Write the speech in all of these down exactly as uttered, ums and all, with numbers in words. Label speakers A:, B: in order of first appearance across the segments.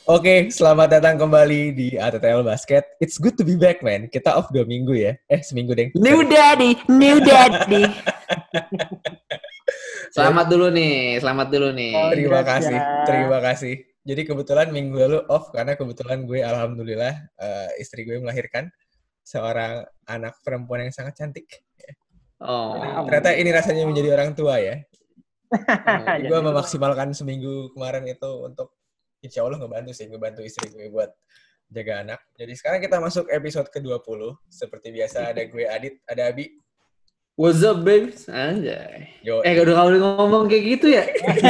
A: Oke, selamat datang kembali di A T T L Basket. It's good to be back, man. Kita off dua minggu ya. Eh, seminggu, deng.
B: New
A: Sorry.
B: daddy, new daddy. Selamat dulu nih, selamat dulu nih.
A: Terima
C: Congrats
A: kasih,
C: ya.
A: terima kasih. Jadi kebetulan minggu lalu off karena kebetulan gue alhamdulillah uh, istri gue melahirkan seorang anak perempuan yang sangat cantik.
B: Oh.
A: Jadi, ternyata ini rasanya menjadi orang tua ya.
B: Oh,
A: Jadi gue memaksimalkan seminggu kemarin itu untuk insya Allah ngebantu sih, ngebantu istri gue buat jaga anak. Jadi sekarang kita masuk episode ke dua puluh. Seperti biasa ada gue Adit, ada Abi.
B: What's up, babes? Anjay.
A: Yo,
B: eh, udah kalau ngomong kayak gitu ya?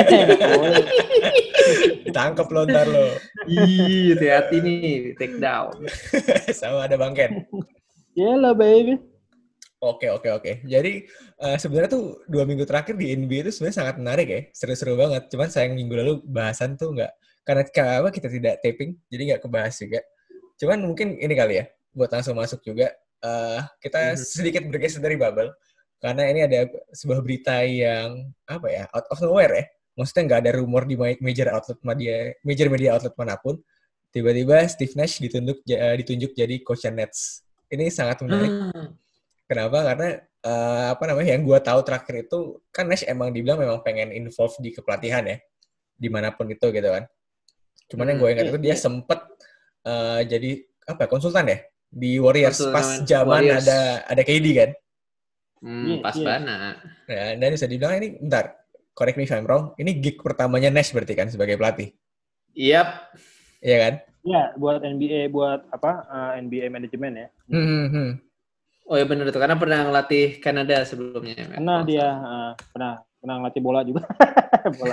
A: Ditangkep lo ntar lo.
B: Ih, hati-hati nih, take down.
A: Sama ada Bang Ken.
C: Yellow baby.
A: Oke, oke, oke. Jadi uh, sebenarnya tuh dua minggu terakhir di N B A itu sebenarnya sangat menarik ya. Seru-seru banget. Cuman sayang minggu lalu bahasan tuh nggak, karena apa kita tidak taping, jadi nggak kebahas juga. Cuman mungkin ini kali ya, buat langsung masuk juga. Uh, kita mm-hmm. sedikit bergeser dari bubble. Karena ini ada sebuah berita yang apa ya, out of nowhere ya. Maksudnya nggak ada rumor di major outlet media, major media outlet manapun. Tiba-tiba Steve Nash ditunjuk ditunjuk jadi coach Nets. Ini sangat menarik. Hmm. Kenapa? Karena uh, apa namanya? Yang gue tahu terakhir itu kan Nash emang dibilang memang pengen involve di kepelatihan ya, dimanapun itu gitu kan. Cuman hmm, yang gue ingat iya, itu dia iya. sempet uh, jadi apa? Konsultan ya di Warriors konsultan pas zaman Warriors. ada ada K D kan.
B: Hmm, yeah, pas yeah. banget.
A: Nah, dan bisa dibilang ini, bentar, correct me if I'm wrong, ini gig pertamanya Nash berarti kan sebagai pelatih?
B: Yep.
A: Iya kan?
C: Iya, buat N B A, buat apa, uh, N B A manajemen ya.
A: Hmm, hmm.
B: Oh ya benar itu, karena pernah ngelatih Kanada sebelumnya.
C: Pernah dia, uh, pernah pernah ngelatih bola juga. bola.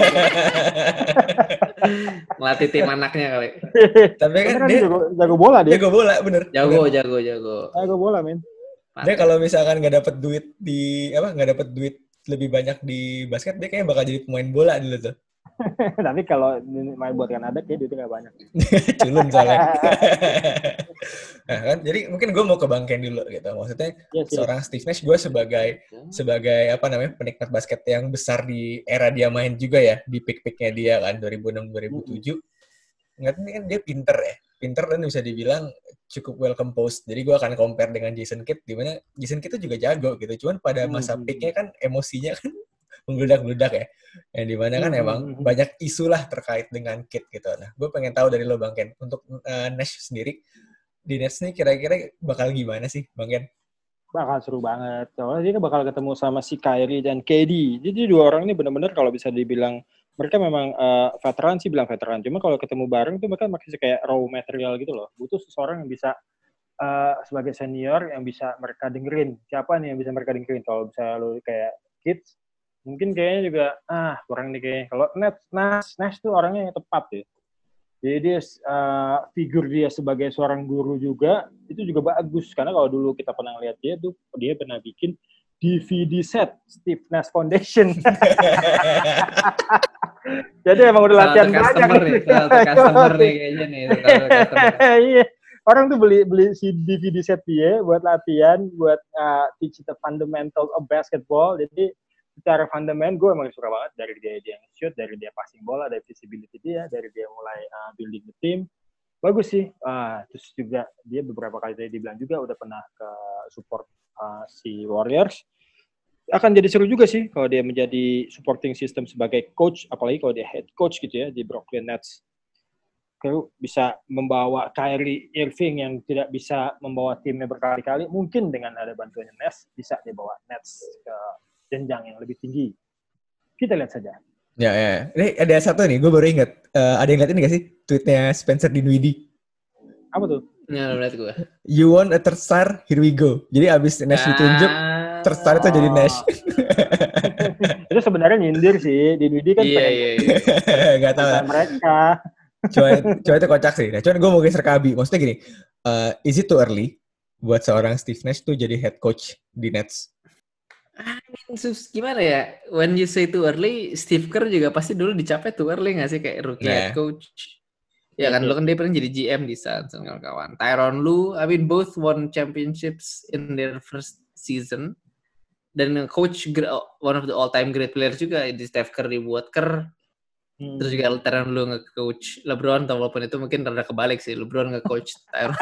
B: Ngelatih tim anaknya kali.
A: Tapi kan
C: dia,
A: dia
C: jago, jago bola dia.
A: Jago bola, bener.
B: Jago,
A: bener.
B: jago, jago.
C: Jago bola, men.
A: Dia kalau misalkan nggak dapet duit di apa nggak dapet duit lebih banyak di basket, dia kayaknya bakal jadi pemain bola dulu tuh.
C: Tapi kalau main buat Kanada kayak duitnya nggak banyak.
A: Culun soalnya. Nah kan, jadi mungkin gue mau ke Bang Ken dulu gitu. Maksudnya yes, seorang yes. Steve Nash, gue sebagai sebagai apa namanya penikmat basket yang besar di era dia main juga ya, di peak-peaknya dia kan dua ribu enam dua ribu tujuh. Nggak ini kan dia pinter ya, pinter dan bisa dibilang cukup well composed. Jadi gue akan compare dengan Jason Kidd, di mana Jason Kidd itu juga jago gitu. Cuman pada masa hmm. peaknya kan emosinya kan membludak-bludak ya. Yang dimana kan hmm. emang banyak isu lah terkait dengan Kidd gitu. Nah, gue pengen tahu dari lo Bang Ken, untuk uh, Nash sendiri, di Nets nih kira-kira bakal gimana sih Bang Ken?
C: Bakal seru banget. Soalnya dia bakal ketemu sama si Kyrie dan K D. Jadi dua orang ini benar-benar kalau bisa dibilang mereka memang uh, veteran sih bilang veteran. Cuma kalau ketemu bareng tuh mereka masih kayak raw material gitu loh. Butuh seseorang yang bisa uh, sebagai senior yang bisa mereka dengerin. Siapa nih yang bisa mereka dengerin? Kalau misalnya lo kayak kids, mungkin kayaknya juga ah kurang nih kayaknya. Kalau Nets, Nash, Nash tuh orangnya yang tepat ya. Jadi dia uh, figur dia sebagai seorang guru juga itu juga bagus. Karena kalau dulu kita pernah lihat dia tuh dia pernah bikin D V D set Steve Nash Foundation. Jadi emang udah latihan banyak
B: nih, customer nih kayaknya nih.
C: Iya. Orang tuh beli beli si D V D set dia buat latihan, buat uh, teach the fundamental of basketball. Jadi secara fundament gue emang suka banget dari dia dia shoot, dari dia passing bola, dari visibility dia, dari dia mulai uh, building the team. Bagus sih. Uh, terus juga dia beberapa kali tadi dibilang juga udah pernah ke support uh, si Warriors. Akan jadi seru juga sih kalau dia menjadi supporting system sebagai coach, apalagi kalau dia head coach gitu ya di Brooklyn Nets. Kalau bisa membawa Kyrie Irving yang tidak bisa membawa timnya berkali-kali, mungkin dengan ada bantuannya Nets bisa dibawa Nets ke jenjang yang lebih tinggi. Kita lihat saja.
A: Ya, ya. Ini ada satu nih, gue baru ingat. Uh, ada yang lihat ini nggak sih tweetnya Spencer Dinwiddie?
C: Apa tuh?
B: Ya, lihat gue.
A: You want a third star? Here we go. Jadi abis Nash ditunjuk, third star itu jadi Nash.
C: Itu sebenarnya nyindir sih. Dinwiddie kan
B: iya,
C: pengen
B: iya, iya.
A: Gak tahu lah.
C: Mereka.
A: Coba, coba itu kocak sih. Nah, cuman gue mau geser ke Abi. Maksudnya gini, uh, is it too early buat seorang Steve Nash tuh jadi head coach di Nets?
B: I mean, gimana ya? When you say too early, Steve Kerr juga pasti dulu dicapai too early nggak sih kayak rookie
A: yeah.
B: head coach? Ya kan, dulu kan dia pernah jadi G M di Suns dan kawan-kawan. Tyronn Lue, I mean both won championships in their first season. Dan coach one of the all-time great players juga di Steph Curry buat Kerr. Hmm. Terus juga Tyronn Lue nge-coach LeBron, walaupun itu mungkin rada kebalik sih. LeBron nge-coach Tyronn.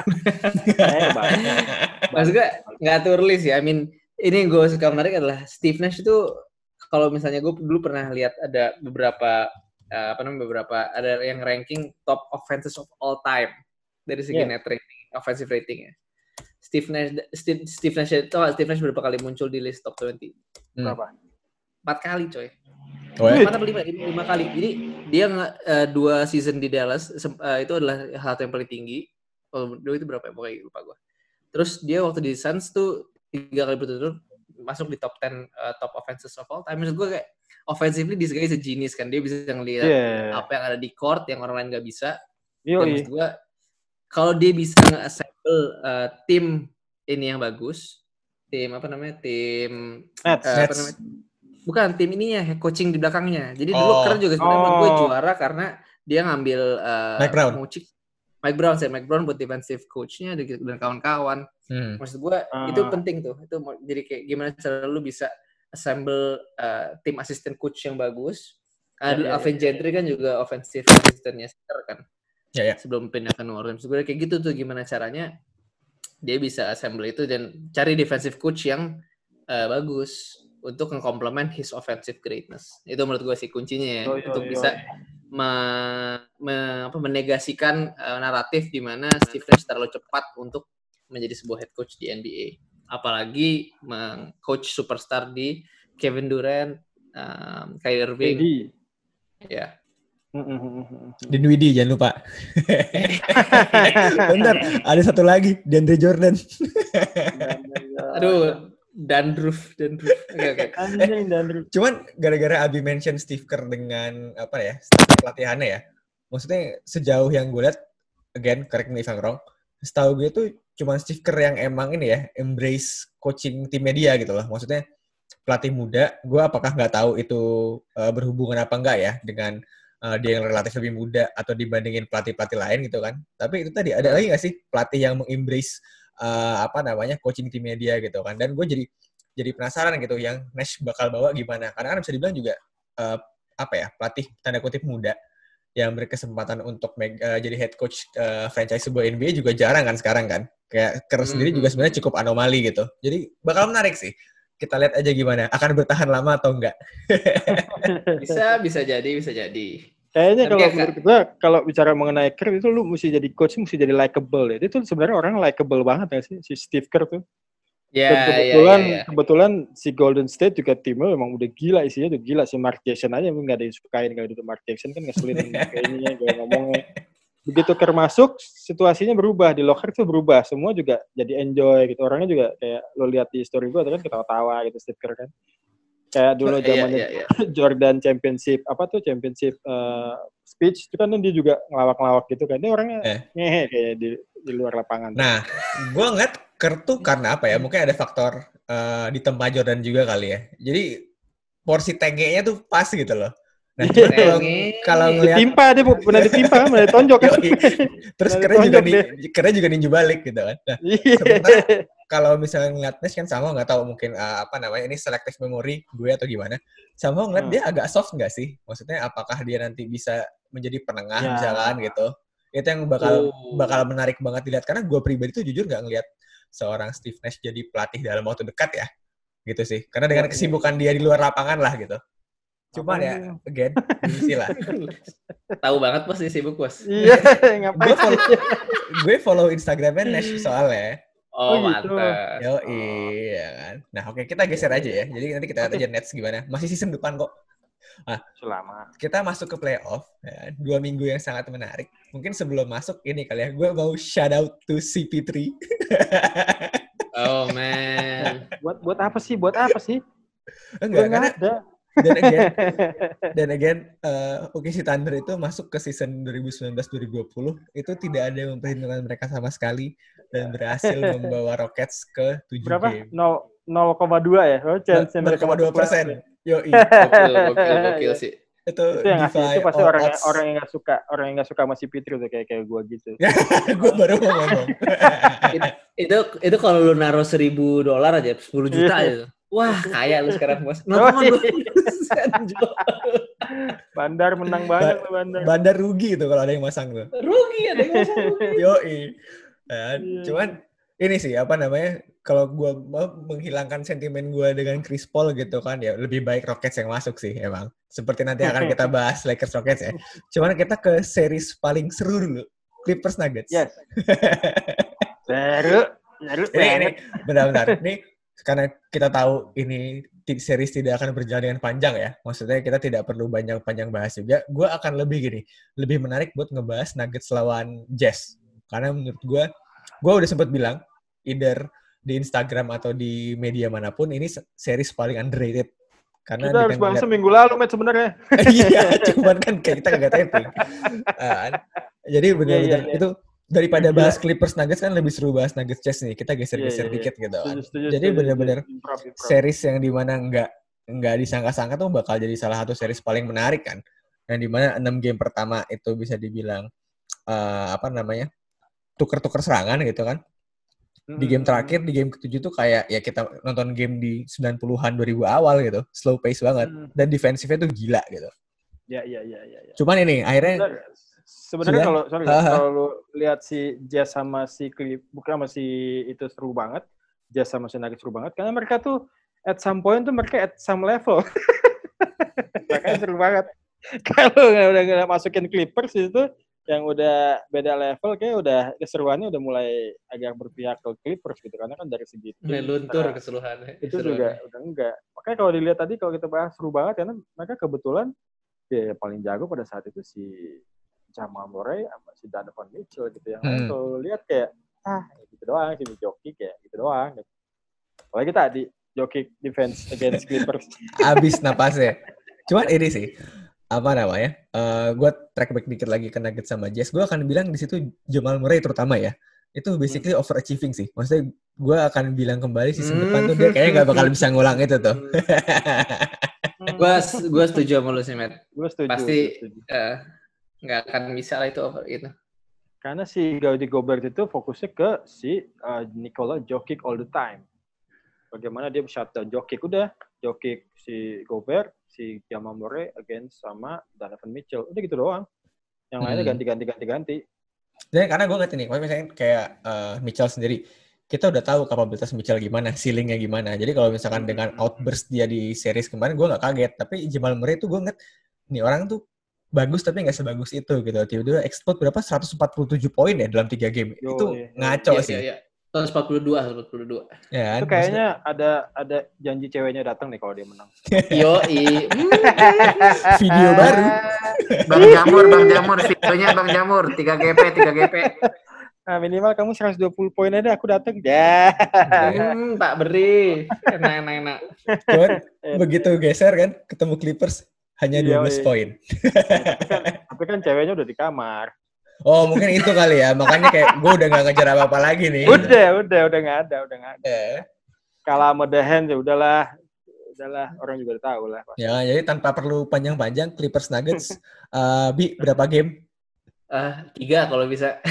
B: Maksudnya nggak too early sih. I mean, ini gue suka menarik adalah Steve Nash itu, kalau misalnya gue dulu pernah lihat ada beberapa, uh, apa namanya, beberapa, ada yang ranking top offenses of all time dari segi yeah. net rating, offensive rating ya. Steve Nash, Steve, Steve Nash itu, Steve Nash berapa kali muncul di list top dua puluh?
C: Berapa?
B: Empat kali coy.
A: Oh, ya?
B: Empat atau lima, lima kali. Jadi dia uh, dua season di Dallas uh, itu adalah hal yang paling tinggi. Oh, dulu itu berapa ya? Pokoknya lupa gue. Terus dia waktu di Suns tuh tiga kali berturut-turut masuk di top ten uh, top offenses of all time. Maksud gue kayak offensively this guy is a genius kan. Dia bisa ngelihat yeah. apa yang ada di court yang orang lain nggak bisa. Dan maksud gue kalau dia bisa nge-assemble uh, tim ini yang bagus, tim apa namanya? Tim
C: Nets.
B: Uh, apa namanya? Bukan tim ininya, coaching di belakangnya. Jadi dulu oh. Kerr juga sebenarnya buat gue juara karena dia ngambil uh,
A: Mike Brown.
B: Coaching, Mike Brown, saya Mike Brown buat defensive coach-nya dan kawan-kawan. Hmm. Maksud gue uh. itu penting tuh. Itu jadi kayak gimana cara lu bisa assemble uh, tim assistant coach yang bagus. Yeah, uh, yeah, Alvin yeah, Gentry yeah. kan juga offensive assistant-nya kan.
A: Yeah, yeah.
B: Sebelum pindah ke New Orleans. Maksud gue kayak gitu tuh gimana caranya dia bisa assemble itu dan cari defensive coach yang uh, bagus untuk mengkomplement his offensive greatness. Itu menurut gue sih kuncinya ya, oh, untuk iya, bisa iya. Me, me, apa, menegasikan uh, naratif di mana Steve Nash terlalu cepat untuk menjadi sebuah head coach di N B A. Apalagi meng-coach superstar di Kevin Durant, um, Kyrie Irving. Ya.
A: Dinwiddie jangan lupa. Bentar, ada satu lagi, DeAndre Jordan.
B: Aduh. Dandruff, Dandruff. Oke, oke.
A: Cuman gara-gara Abi mention Steve Kerr dengan apa ya, style pelatihannya ya. Maksudnya sejauh yang gue lihat, again, correct me if I'm wrong, setahu gue tuh cuma Steve Kerr yang emang ini ya, embrace coaching tim media gitu loh. Maksudnya pelatih muda, gue apakah nggak tahu itu uh, berhubungan apa enggak ya dengan uh, dia yang relatif lebih muda atau dibandingin pelatih-pelatih lain gitu kan. Tapi itu tadi ada lagi nggak sih pelatih yang mengembrace Uh, apa namanya coaching tim media gitu kan, dan gue jadi jadi penasaran gitu yang Nash bakal bawa gimana, karena kan bisa dibilang juga uh, apa ya pelatih tanda kutip muda yang berkesempatan untuk make, uh, jadi head coach uh, franchise sebuah N B A juga jarang kan sekarang kan, kayak Kerr mm-hmm. sendiri juga sebenarnya cukup anomali gitu, jadi bakal menarik sih, kita lihat aja gimana akan bertahan lama atau enggak.
B: bisa bisa jadi bisa jadi.
C: Kayaknya kalau menurut gue, kalau bicara mengenai Kerr itu lu mesti jadi coach, mesti jadi likable ya. Dia tuh sebenarnya orang likable banget ya sih, si Steve Kerr tuh.
B: Ya,
C: Dan kebetulan,
B: ya, ya, ya.
C: kebetulan si Golden State juga timnya memang udah gila isinya, udah gila. Si Mark Jackson aja nggak ada yang sukain kalau itu. Mark Jackson kan ngeselin kayaknya gue ngomongnya. Begitu Kerr masuk, situasinya berubah. Di locker tuh berubah. Semua juga jadi enjoy gitu. Orangnya juga kayak lo lihat di story gue, kan ketawa-tawa gitu Steve Kerr kan. Kayak dulu zamannya yeah, yeah, yeah. Jordan Championship, apa tuh Championship uh, speech, itu kan dia juga ngelawak-ngelawak gitu kan. Dia orangnya eh. ngehe kayak di, di luar lapangan.
A: Nah, gue ngeliat Kerr tuh karena apa ya, mungkin ada faktor uh, di tempat Jordan juga kali ya. Jadi porsi tengenya tuh pas gitu loh. Nah, cuma kalau kalau ngeliat
C: ditimpa dia pernah ditimpa kan, pernah ditonjok kan.
A: Terus Kerrnya juga di, Kerrnya juga ninju balik gitu kan. Nah, sementara kalau misalnya ngeliat Nash kan sama, nggak tahu mungkin uh, apa namanya ini selective memory gue atau gimana. Sama ngeliat hmm. dia agak soft nggak sih? Maksudnya apakah dia nanti bisa menjadi penengah ya. Misalkan gitu? Itu yang bakal oh. bakal menarik banget dilihat, karena gue pribadi tuh jujur nggak ngeliat seorang Steve Nash jadi pelatih dalam waktu dekat ya, gitu sih. Karena dengan kesibukan dia di luar lapangan lah gitu. Cuman ya, again, diisi lah.
B: Tahu banget bos dia sibuk bos.
C: Iya, ngapain?
A: Gue follow, gue follow Instagramnya Nash soalnya.
B: Oh, oh gitu. Mantap.
A: Yo iya kan. Nah oke, kita geser aja ya. Jadi nanti kita lihat aja Nets gimana. Masih season depan kok. Nah,
C: selama
A: kita masuk ke playoff, ya, dua minggu yang sangat menarik. Mungkin sebelum masuk ini kali ya, gue mau shout out to C P three.
B: Oh man.
C: buat buat apa sih? Buat apa sih?
A: Enggak, karena ada. Dan again, dan again, uh, O K C Thunder itu masuk ke season dua ribu sembilan belas dua ribu dua puluh itu tidak ada yang memperhitungkan mereka sama sekali dan berhasil membawa Rockets ke tujuh
C: berapa?
A: game.
C: nol koma dua ya? Oh, chance
A: nol koma dua persen. Yo,
B: gokil, gokil, gokil sih.
A: Itu,
C: itu yang ngasih, itu pasti orang yang, orang yang nggak suka, orang yang nggak suka sama si Pitri tuh kayak kayak gue gitu.
A: Gue baru mau ngomong.
B: itu itu kalau lu naruh seribu dolar aja, sepuluh juta aja. Wah, kaya lu sekarang, Bos. nol koma dua persen, Jo.
C: Bandar menang banyak
A: Ba-
C: tuh Bandar.
A: Bandar rugi tuh kalau ada yang masang tuh.
B: Rugi, ada yang masang rugi.
A: Yoi. Kan?
C: Iya,
A: Cuman ini sih apa namanya? Kalau gue mau menghilangkan sentimen gue dengan Chris Paul gitu kan ya lebih baik Rockets yang masuk sih emang. Seperti nanti akan kita bahas Lakers Rockets ya. Cuman kita ke series paling seru dulu. Clippers Nuggets.
C: Yes. Seru. Seru
A: Ini, ini
C: banget.
A: benar-benar. Ini karena kita tahu ini ti- series tidak akan berjalan dengan panjang ya. Maksudnya kita tidak perlu banyak panjang bahas juga. Gue akan lebih gini, lebih menarik buat ngebahas Nuggets lawan Jazz. Karena menurut gue, gue udah sempat bilang, either di Instagram atau di media manapun, ini se- series paling underrated. Karena
C: Kita harus
A: dengan
C: bahas
A: ngeliat-
C: seminggu lalu, Matt, sebenarnya.
A: Iya, cuman kan kayak kita kagak taping. Uh, jadi benar-benar
C: Iya, iya, iya.
A: itu daripada
C: Gila.
A: bahas Clippers Nuggets kan lebih seru bahas Nuggets Jazz nih. Kita geser-geser
C: Iya, iya, iya.
A: dikit gitu kan.
C: Setuju, setuju,
A: Jadi
C: setuju,
A: benar-benar
C: setuju. Improv, improv.
A: series yang dimana nggak nggak disangka-sangka tuh bakal jadi salah satu series paling menarik kan. Yang dimana enam game pertama itu bisa dibilang uh, apa namanya tuker-tuker serangan gitu kan. Di game terakhir, di game ketujuh tuh kayak ya kita nonton game di sembilan puluhan dua ribu awal gitu. Slow pace banget.
C: Hmm.
A: Dan defensifnya tuh gila gitu.
C: Ya, ya, ya, ya, ya.
A: Cuman ini akhirnya
C: Sebenarnya- Sebenarnya
A: Sudah?
C: kalau sorry,
A: Ha, ha.
C: kalau lu lihat si Jazz sama si Clip, bukan sama si itu seru banget. Jazz sama si Nuggets seru banget karena mereka tuh at some point tuh mereka at some level. Makanya seru banget. Kalau udah nggak masukin Clippers itu yang udah beda level kayak udah keseruannya udah mulai agak berpihak ke Clippers gitu karena kan dari segi tim,
B: Mulai luntur
C: secara-
B: keseluruhannya.
C: itu juga udah enggak. Makanya kalau dilihat tadi kalau kita bahas seru banget karena mereka kebetulan ya yang paling jago pada saat itu si Jamal Murray sama si Donovan Mitchell gitu yang lain
A: Hmm.
C: kalau lihat kayak ah gitu doang si Jokic kayak gitu doang. Gitu. Apalagi tadi Jokic defense against Clippers.
A: abis napasnya. Cuman ini sih apa namanya? Uh, gue track back dikit lagi ke Nuggets sama Jazz. Gue akan bilang di situ Jamal Murray terutama ya. Itu basically
C: Hmm.
A: overachieving sih. Maksudnya gue akan bilang kembali season depan tuh dia kayaknya gak bakal bisa ngulang itu tuh.
B: Gue gue setuju sama lu sih, Matt.
C: Gue setuju.
B: Pasti
C: gue setuju.
B: eh, nggak akan bisa lah itu over itu.
C: Karena si Rudy Gobert itu fokusnya ke si uh, Nikola Jokic all the time. Bagaimana dia shutdown Jokic udah, Jokic si Gobert, si Jamal Murray against sama Donovan Mitchell. Udah gitu doang. Yang lainnya
A: Hmm.
C: ganti-ganti ganti-ganti.
A: Dan karena gue ngerti nih, kalau misalnya kayak uh, Mitchell sendiri, kita udah tahu kapabilitas Mitchell gimana, ceilingnya gimana. Jadi kalau misalkan
C: Hmm.
A: dengan outburst dia di series kemarin, gue nggak kaget. Tapi Jamal Murray tuh gue ngeliat, nih orang tuh bagus tapi nggak sebagus itu gitu. Tiba-tiba explode berapa? seratus empat puluh tujuh poin ya dalam tiga game.
C: Yo,
A: itu
C: iya, iya.
A: ngaco
B: Iya,
A: sih.
B: iya, iya. seratus empat puluh dua, seratus empat puluh dua.
A: Ya,
C: Itu
A: kan?
C: kayaknya ada ada janji ceweknya datang nih kalau dia menang.
B: Yo, i.
A: Video baru.
B: Bang Jamur, Bang Jamur, videonya Bang Jamur, tiga G P, tiga G P.
C: Nah, minimal kamu seratus dua puluh poin aja aku datang. Ya.
B: Hmm, tak beri. Enak, enak, enak.
A: Cuman begitu geser kan, ketemu Clippers hanya
C: Iya,
A: dua belas
C: iya.
A: poin.
C: tapi, kan, tapi kan ceweknya udah di kamar.
A: Oh, mungkin itu kali ya. Makanya kayak gue udah gak ngejar apa-apa lagi nih.
C: Udah, udah, udah nggak ada, udah nggak ada.
A: Eh.
C: Kalah sama The Hand ya udahlah. Udahlah, orang juga udah tahu lah.
A: Ya, jadi tanpa perlu panjang-panjang, Clippers Nuggets. Uh, Bi, berapa game?
B: Ah, tiga kalau bisa.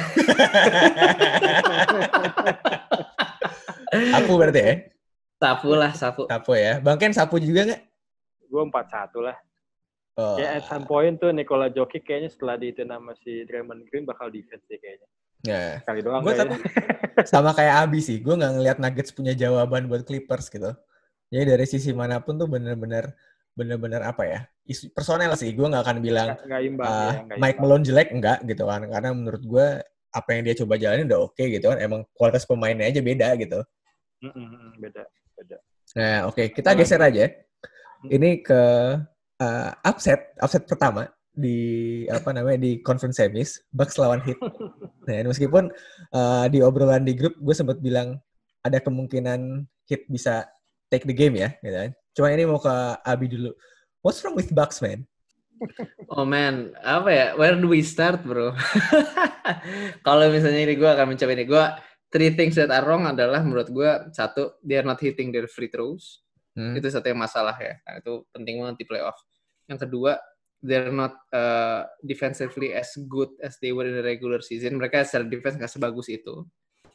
A: Sapu berarti ya?
B: Sapu lah, sapu.
A: Sapu ya. Bang Ken sapu juga nggak?
C: Gue empat satu lah.
A: Oh.
C: Ya, at some point tuh Nikola Jokic kayaknya setelah di itu nama si Draymond Green bakal defense deh kayaknya.
A: Ya.
C: Sekali doang
A: Gue
C: kayaknya.
A: tapi sama kayak Abi sih. Gue nggak ngelihat Nuggets punya jawaban buat Clippers gitu. Jadi dari sisi manapun tuh bener-bener bener-bener apa ya? Isu personel sih. Gue nggak akan bilang
C: Nggak- nggak imbang
A: uh,
C: ya, nggak
A: Mike
C: imbang.
A: Malone jelek enggak gitu kan. Karena menurut gue apa yang dia coba jalanin udah oke gitu kan. Emang kualitas pemainnya aja beda gitu.
C: Mm-mm, beda, beda.
A: Nah, oke, kita geser aja. Ini ke uh, upset, upset pertama di apa namanya di conference semis, Bucks lawan Heat. Nah, meskipun uh, di obrolan di grup gue sempat bilang ada kemungkinan Heat bisa take the game ya, gitu kan. Cuma ini mau ke Abi dulu. What's wrong with Bucks, man?
B: Oh man, apa ya? Where do we start, bro? Kalau misalnya ini gue akan mencoba ini. Gue three things that are wrong adalah menurut gue satu, they are not hitting their free throws.
A: Hmm.
B: Itu satu yang masalah ya. Nah, itu penting banget di playoff. Yang kedua, they're not uh, defensively as good as they were in the regular season. Mereka secara defense nggak sebagus itu.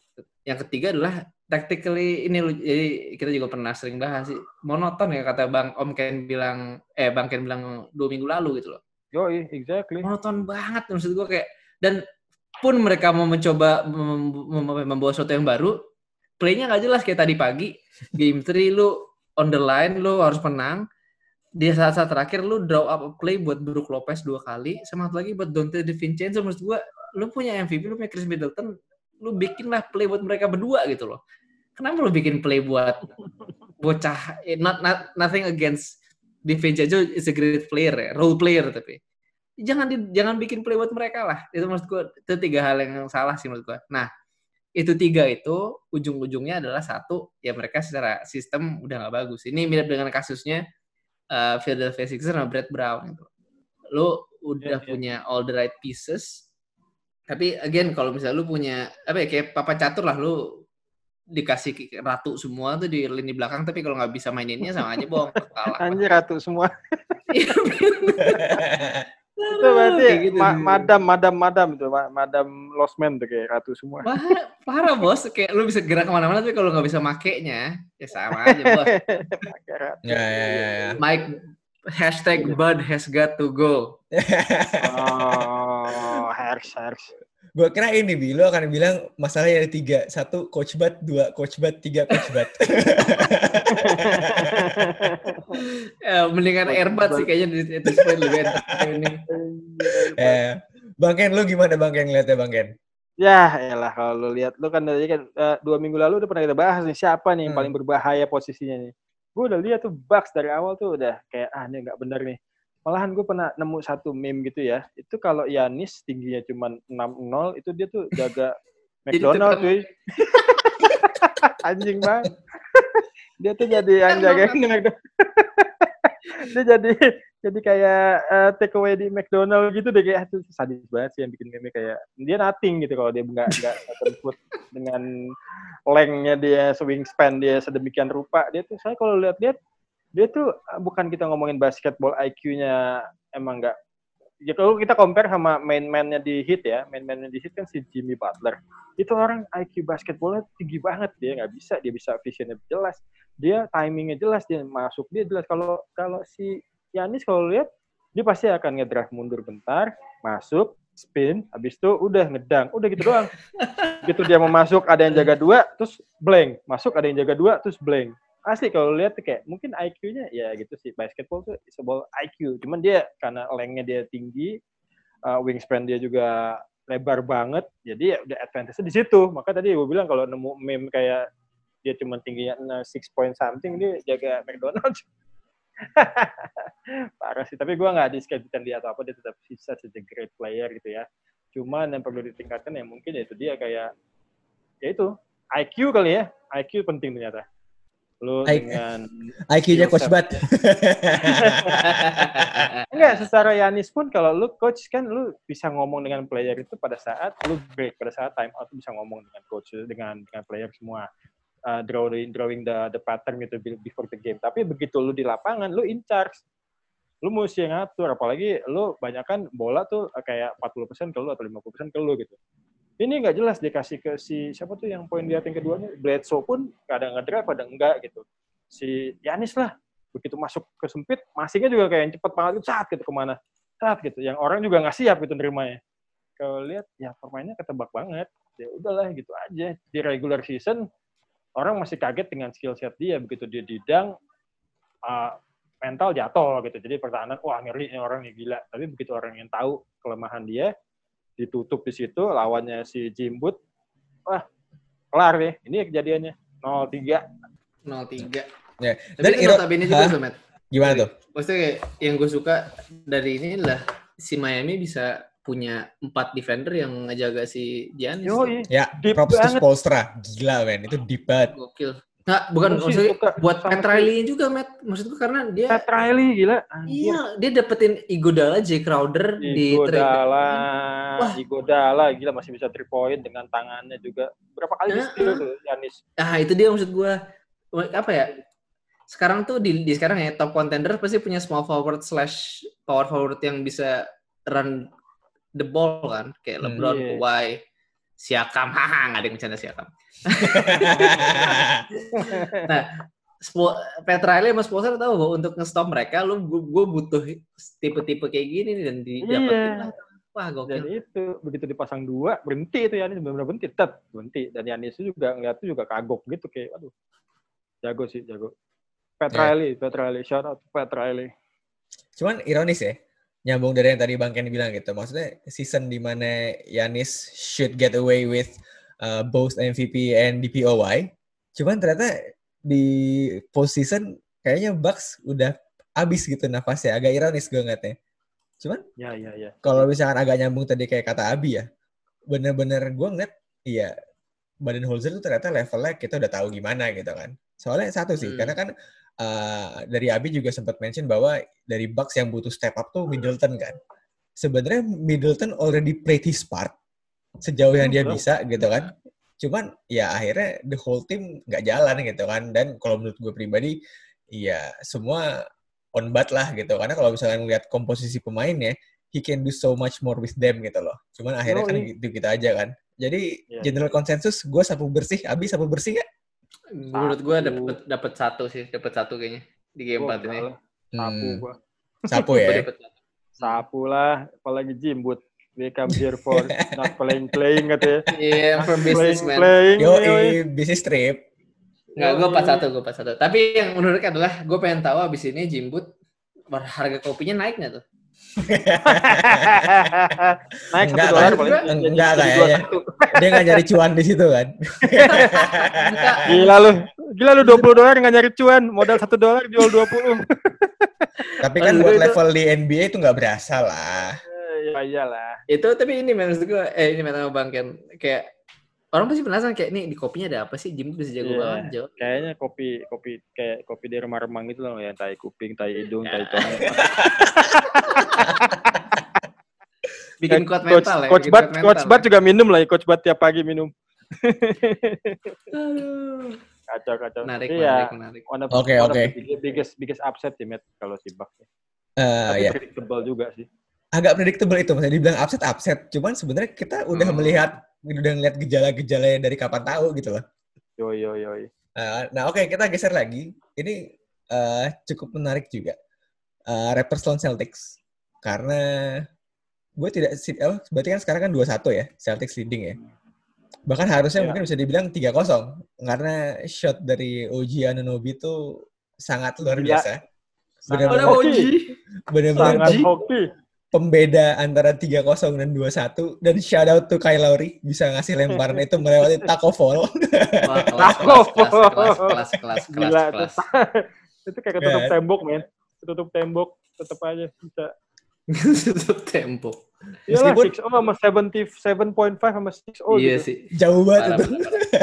B: Yang ketiga adalah tactically ini jadi kita juga pernah sering bahas sih monoton ya kata Bang Om Ken bilang eh Bang Ken bilang dua minggu lalu gitu loh.
C: Yo, exactly.
B: Monoton banget maksud gue kayak dan pun mereka mau mencoba mem- mem- membawa sesuatu yang baru, play-nya nggak jelas kayak tadi pagi game three lu on the line lu harus menang. Di saat-saat terakhir lu draw up a play buat Brook Lopez dua kali, sama satu lagi buat Donte DiVincenzo. Maksud gue, lu punya M V P, lu punya Chris Middleton, lu bikinlah play buat mereka berdua gitu loh. Kenapa lu bikin play buat bocah? Not, not nothing against DiVincenzo is a great player ya, role player tapi jangan di, jangan bikin play buat mereka lah. Itu maksud gue itu tiga hal yang salah sih menurut gue. Nah itu tiga itu ujung-ujungnya adalah satu ya mereka secara sistem udah nggak bagus. Ini mirip dengan kasusnya Uh, Philadelphia Sixers sama Brett Brown gitu. Lu udah yeah, punya yeah. all the right pieces. Tapi again kalau misalnya lu punya apa ya kayak papa catur lah lu dikasih ratu semua tuh di lini belakang tapi kalau nggak bisa maininnya sama aja bohong kalah.
C: Anjir ratu semua. Itu berarti gitu, ma- madam madam madam itu madam Losman tuh kayak ratu semua.
B: Wah, parah bos kayak lu bisa gerak kemana-mana tapi kalau nggak bisa makainya ya sama aja bos.
A: Ya ya ya.
B: Mike hashtag Bud has got to go.
C: Oh, harus harus.
A: Gue kira ini Bi, lu akan bilang masalahnya ada tiga, satu coach Bud, dua coach Bud, tiga coach Bud.
B: Ya, mendingan Airbud sih kayaknya itu poin lebih enak ini.
A: Eh, Bang Ken, lu gimana Bang Ken ngeliatnya Bang Ken?
C: Ya, elah kalau lu lihat lu kan dari kan uh, dua minggu lalu udah pernah kita bahas nih siapa nih yang hmm. paling berbahaya posisinya nih. Gue udah lihat tuh Bucks dari awal tuh udah kayak ah ini nggak bener nih. Malahan gue pernah nemu satu meme gitu ya. Itu kalau Giannis tingginya cuma enam nol itu dia tuh jaga McDonald cuy. Anjing banget. Dia tuh jadi yang jagain McDonald. Dia jadi jadi kayak uh, take away di McDonald gitu deh kayak tuh sadis banget sih yang bikin meme kayak dia nothing gitu kalau dia nggak nggak terput dengan lengthnya dia wingspan dia sedemikian rupa dia tuh saya kalau lihat-lihat dia tuh bukan kita ngomongin basketball I Q-nya emang nggak ya kalau kita compare sama main-mainnya di Heat ya main-mainnya di Heat kan si Jimmy Butler itu orang I Q basketballnya tinggi banget dia nggak bisa dia bisa visionnya jelas dia timingnya jelas dia masuk dia jelas kalau kalau si Giannis kalau lihat dia pasti akan ngedrive mundur bentar masuk spin habis itu udah ngedang udah gitu doang gitu dia mau masuk ada yang jaga dua terus blank masuk ada yang jaga dua terus blank asli kalau lihat kayak mungkin I Q-nya ya gitu sih basketball tuh is about I Q cuman dia karena lengthnya dia tinggi uh, wingspan dia juga lebar banget jadi ya udah advantage-nya di situ maka tadi gue bilang kalau nemu meme kayak dia cuma tingginya six point something dia jaga McDonald's parah sih tapi gue nggak diskreditkan dia atau apa dia tetap bisa such a great player gitu ya cuman yang perlu ditingkatkan ya mungkin ya itu dia kayak ya itu I Q kali ya I Q penting ternyata lu I- dengan
A: I Q-nya coach Bud
C: enggak secara Giannis pun kalau lu coach kan lu bisa ngomong dengan player itu pada saat lu break pada saat time out bisa ngomong dengan coach dengan dengan player semua Uh, drawing drawing the the pattern gitu before the game. Tapi begitu lu di lapangan, lu in charge. Lu mesti ngatur, apalagi lu banyak kan bola tuh kayak empat puluh persen ke lu atau lima puluh persen ke lu gitu. Ini nggak jelas dikasih ke si siapa tuh yang poin di atas keduanya, Bledsoe pun kadang ngedrive kadang enggak gitu. Si Giannis lah, begitu masuk ke sempit, masingnya juga kayak yang cepet banget gitu, saat gitu kemana. Saat gitu, yang orang juga nggak siap gitu nerimanya. Kalau lihat ya permainnya ketebak banget. Ya udahlah gitu aja. Di regular season orang masih kaget dengan skill set dia begitu dia didang uh, mental jatuh gitu jadi pertahanan wah ngeri ini orang nih gila tapi begitu orang yang tahu kelemahan dia ditutup di situ lawannya si Jimbut wah kelar nih ini kejadiannya nol tiga
B: nol tiga
A: ya.
B: Tapi itu notabene juga tuh Matt
A: gimana tuh
B: maksudnya yang gue suka dari ini lah si Miami bisa punya empat defender yang ngejaga si Giannis.
A: Ya, props to Spoelstra. Gila, men. Itu deep banget.
B: Gokil. Nah, bukan maksudnya buat Pat Riley juga, Matt. Maksudku karena dia
C: Pat Riley gila.
B: Iya, dia dapetin Iguodala, Jay Crowder di trade.
C: Iguodala, Iguodala gila masih bisa three point dengan tangannya juga. Berapa kali di steal tuh Giannis.
B: Ah, itu dia maksud gua. Apa ya? Sekarang tuh di, di sekarang ya top contender pasti punya small forward slash power forward yang bisa run the ball kan kayak LeBron,
C: hmm, yeah.
B: Kawhi, Siakam, haha, nggak ada yang bercanda Siakam. Nah, Spo- Pat Riley sama Spoelstra tahu bahwa untuk nge-stop mereka, lu gue butuh tipe-tipe kayak gini nih dan didapetin
C: Iya.
B: lah. Wah,
C: Dan
B: gokil.
C: itu begitu dipasang dua berhenti itu Yanis benar-benar berhenti, tet berhenti. Dan Yanis itu juga ngeliat itu juga kagok gitu kayak, aduh, jago sih jago. Pat
A: Yeah.
C: Riley, Pat Riley, shout out Pat Riley.
A: Cuman ironis ya, nyambung dari yang tadi Bang Ken bilang gitu. Maksudnya season di mana Giannis should get away with uh, both M V P and D P O Y. Cuman ternyata di postseason kayaknya Bucks udah abis gitu nafasnya. Agak ironis gue ngeliatnya. Cuman
C: Ya, ya, ya.
A: kalau misalkan agak nyambung tadi kayak kata Abi ya, bener-bener gue ngeliat, iya, Budenholzer tuh ternyata levelnya kita udah tahu gimana gitu kan. Soalnya satu sih,
B: Hmm.
A: karena kan uh, dari Abi juga sempat mention bahwa dari Bucks yang butuh step up tuh Middleton kan. Sebenarnya Middleton already played his part sejauh yang dia bisa gitu kan. Cuman ya akhirnya the whole team nggak jalan gitu kan. Dan kalau menurut gue pribadi, ya semua on bat lah gitu. Karena kalau misalkan ngeliat komposisi pemainnya, he can do so much more with them gitu loh. Cuman akhirnya kan gitu-gitu aja kan. Jadi
C: yeah,
A: general
C: yeah.
A: consensus gue sapu bersih. Abi sapu bersih nggak?
B: Menurut gue dapet dapet satu sih, dapet satu kayaknya di game empat ini.
C: Lah. Sapu
A: Hmm.
C: gua.
A: Sapu
B: Gue
A: ya.
B: dapet satu.
C: Sapu lah, apalagi Jimbut. We come here for not playing playing katanya.
B: Iya, yeah, from businessman.
C: Playing,
A: Yo,
C: playing,
A: eh, bisnis trip.
B: Nggak, gue empat satu, gue empat satu. Tapi yang menurut adalah, gue pengen tahu abis ini Jimbut, harga kopinya naik nggak tuh?
C: naik
A: enggak
C: satu dolar
A: kan?
C: paling.
A: Enggak kayaknya. Dia nggak nyari cuan di situ kan?
C: Gila lu, gila lu dua puluh dolar nggak nyari cuan, modal satu dolar jual dua puluh.
A: Tapi kan buat level di N B A itu nggak berasa lah.
C: Ya iyalah.
B: Itu tapi ini maksud gue, eh ini sama Bang Ken, kayak orang pasti penasaran kayak nih di kopinya ada apa sih? Jimbut bisa jago
C: yeah.
B: banget jawab.
C: Kayaknya kopi kopi kayak kopi di remang-remang gitu loh ya, tai kuping, tai hidung, tai tong.
B: Bikin kuat
C: coach,
B: mental ya.
C: Coach Bat, Coach Bat juga minum lah ya, Coach Bat tiap pagi minum. kacau kacau.
B: Menarik,
C: iya,
B: menarik, menarik.
A: Oke oke.
C: Biggest biggest upset sih Matt kalau si Bucks.
A: Uh,
C: Tapi
A: ya.
C: predictable juga sih.
A: Agak predictable itu, maksudnya dibilang upset upset. Cuman sebenarnya kita udah hmm. melihat, udah ngeliat gejala-gejalanya dari kapan tahu gitu loh.
C: Yo yo yo.
A: Uh, nah oke okay, kita geser lagi. Ini uh, cukup menarik juga. Uh, Raptors lawan Celtics. Karena gue tidak, oh, berarti kan sekarang kan dua satu ya, Celtics leading ya. Bahkan harusnya ya. Mungkin bisa dibilang tiga kosong. Karena shot dari O G Anunoby itu sangat luar
C: Gila.
A: biasa.
B: Benar-benar hoki.
A: Benar-benar pembeda antara tiga kosong dan dua satu. Dan shout out to Kyle Lowry. Bisa ngasih lemparan itu melewati taco fall.
B: Wah, kelas, kelas, kelas, kelas, kelas,
C: Gila,
B: kelas.
C: Itu kayak ketutup tembok, men. Ketutup tembok, tetap aja bisa.
B: Tutup tembok.
C: Iya lah, six oh sama tujuh koma lima sama six oh
B: iya
C: gitu.
B: Sih.
A: Jauh banget itu.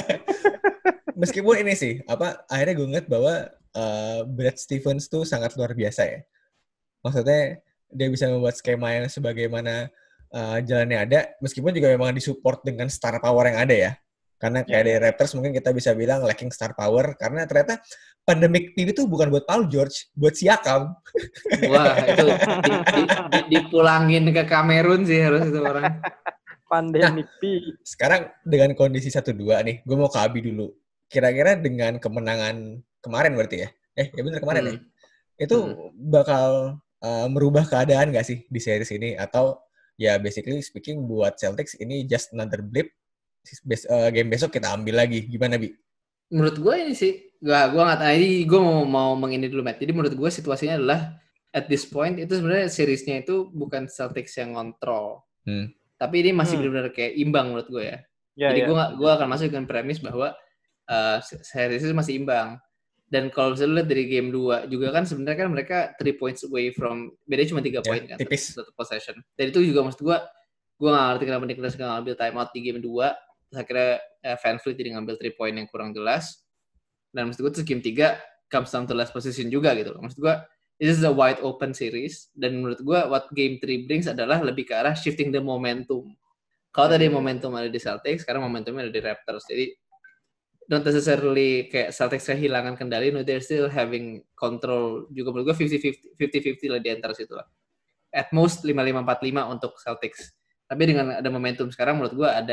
A: Meskipun ini sih, apa akhirnya gue ngeliat bahwa uh, Brad Stevens tuh sangat luar biasa ya. Maksudnya dia bisa membuat skema yang sebagaimana uh, jalannya ada, meskipun juga memang disupport dengan star power yang ada ya. Karena kayak yeah, di Raptors mungkin kita bisa bilang lacking star power, karena ternyata pandemic P itu bukan buat Paul George, buat Siakam.
B: Wah, itu di, di, di, dipulangin ke Kamerun sih harus itu orang.
C: Pandemic P.
A: Nah, sekarang dengan kondisi satu dua nih, gue mau ke Abi dulu. Kira-kira dengan kemenangan kemarin berarti ya? Eh, ya bener kemarin hmm. ya? Itu hmm. bakal uh, merubah keadaan nggak sih di series ini? Atau ya basically speaking buat Celtics ini just another blip, Bes- uh, game besok kita ambil lagi. Gimana, Bi?
B: Menurut gue ini sih, gak, gue nggak tahu. Ini gue mau mau mengini dulu, Matt. Jadi menurut gue situasinya adalah at this point itu sebenarnya seriesnya itu bukan Celtics yang ngontrol, hmm. tapi ini masih hmm. benar-benar kayak imbang menurut gue ya. ya Jadi ya. gue gue akan masuk dengan premis bahwa uh, seriesnya masih imbang. Dan kalau misalnya lihat dari game dua juga kan sebenarnya kan mereka three points away from, bedanya cuma tiga poin kan, satu possession. Dan itu juga maksud gue, gue nggak ngerti kenapa Nicholas nggak ngambil timeout di game dua. Terus akhirnya uh, VanVleet jadi ngambil three point yang kurang jelas. Dan maksud gue terus game tiga comes down to last position juga gitu. Maksud gue this is a wide open series. Dan menurut gue what game three brings adalah lebih ke arah shifting the momentum. Kalau tadi momentum ada di Celtics, sekarang momentumnya ada di Raptors. Jadi not necessarily kayak Celtics kehilangan kendali, no, they're still having control juga. Menurut gue fifty fifty lah di antara situ lah. At most lima lima empat lima untuk Celtics. Tapi dengan ada momentum sekarang menurut gue ada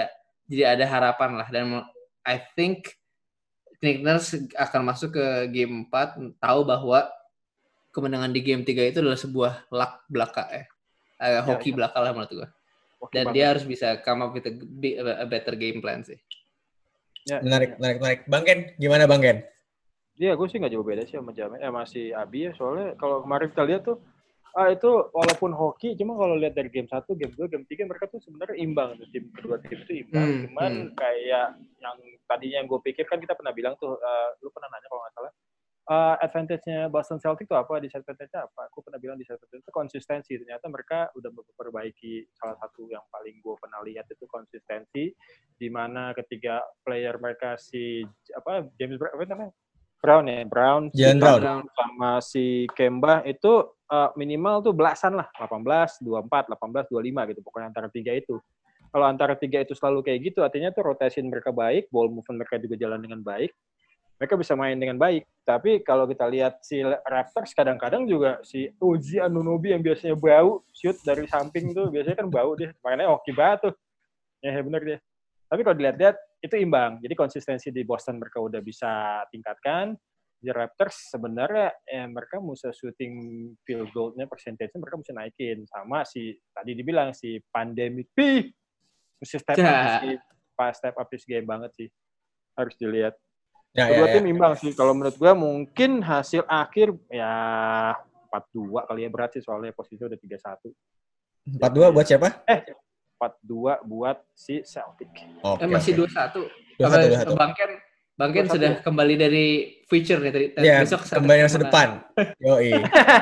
B: jadi ada harapan lah. Dan I think Nick Nurse akan masuk ke game empat tahu bahwa kemenangan di game tiga itu adalah sebuah luck belaka ya. Uh, hoki ya, ya. belaka lah menurut gue. Hoki Dan banget. Dia harus bisa come up with a, a better game plan sih.
A: Ya, menarik, ya. menarik, menarik. Bang Ken, gimana Bang Ken?
C: Iya, gue sih nggak jauh beda sih sama Jamin. Eh, masih Abi ya, soalnya kalau kemarin kita lihat tuh, ah itu walaupun hoki, cuma kalau lihat dari game satu, game dua, game tiga, mereka tuh sebenarnya imbang. Tim kedua tim itu imbang. Hmm, Cuman hmm. kayak yang tadinya yang gue pikir kan kita pernah bilang tuh, uh, lu pernah nanya kalau nggak salah, uh, advantage-nya Boston Celtics itu apa? Disadvantage-nya apa? Aku pernah bilang disadvantage itu konsistensi. Ternyata mereka udah memperbaiki salah satu yang paling gue pernah lihat itu konsistensi, di mana ketiga player mereka si apa James Brown, apa namanya? Brown ya, Brown, si
A: Brown
C: sama si Kemba itu uh, minimal tuh belasan lah, delapan belas, dua puluh empat, delapan belas, dua puluh lima gitu, pokoknya antara tiga itu. Kalau antara tiga itu selalu kayak gitu, artinya tuh rotation mereka baik, ball movement mereka juga jalan dengan baik, mereka bisa main dengan baik. Tapi kalau kita lihat si Raptors kadang-kadang juga si O G Anunoby yang biasanya bau, shoot dari samping tuh biasanya kan bau dia, makanya oke banget tuh. Ya bener dia. Tapi kalau dilihat-lihat itu imbang. Jadi konsistensi di Boston mereka udah bisa tingkatkan. Di Raptors sebenarnya eh, mereka mesti shooting field goal-nya percentage-nya mereka mesti naikin. Sama si tadi dibilang si Pandemic P mesti step up sih. Pas step up this game banget sih. Harus dilihat. Ya, Kedua ya, tim ya. imbang sih. Kalau menurut gue mungkin hasil akhir ya empat dua kali ya, berat sih soalnya posisinya udah tiga satu.
A: empat dua buat siapa?
C: Eh empat dua buat si Celtic.
B: Okay, eh, masih dua satu. Okay. Bang Ken, Bang Ken sudah kembali dari future nih tadi.
A: Iya, besok kembali masa depan. Yoi.